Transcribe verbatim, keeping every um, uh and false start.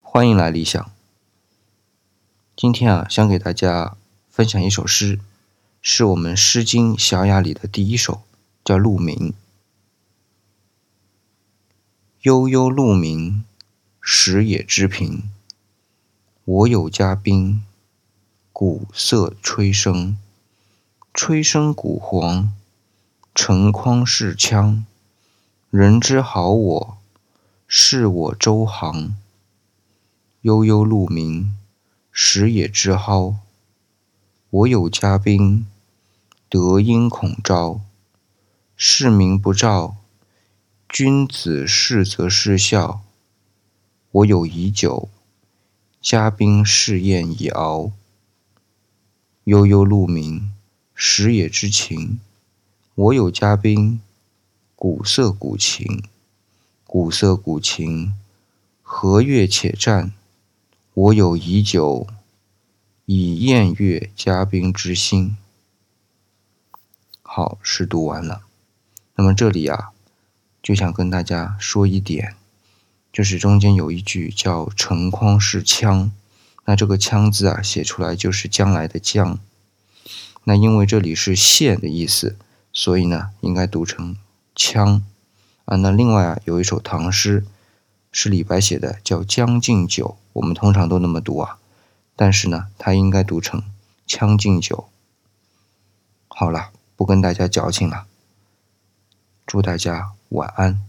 欢迎来理想。今天啊，想给大家分享一首诗，是我们《诗经·小雅》里的第一首，叫《鹿鸣》。悠悠鹿鸣，食野之苹。我有嘉宾，鼓瑟吹笙。吹笙鼓簧，成筐是枪。人之好我，是我周行。悠悠鹿鸣，食野之蒿。我有嘉宾，德音孔昭。士民不召，君子视则失笑。我有宜酒，嘉宾试宴已熬。悠悠鹿鸣，食野之情。我有嘉宾，鼓瑟鼓琴。鼓瑟鼓琴，和乐且战。我有宜酒，以宴悦嘉宾之心。好，诗读完了。那么这里啊，就想跟大家说一点，就是中间有一句叫成筐是枪，那这个枪字啊，写出来就是将来的将。那因为这里是献的意思，所以呢，应该读成枪啊。那另外啊，有一首唐诗是李白写的，叫《将进酒》，我们通常都那么读啊，但是呢，它应该读成将进酒。好了，不跟大家矫情了，祝大家晚安。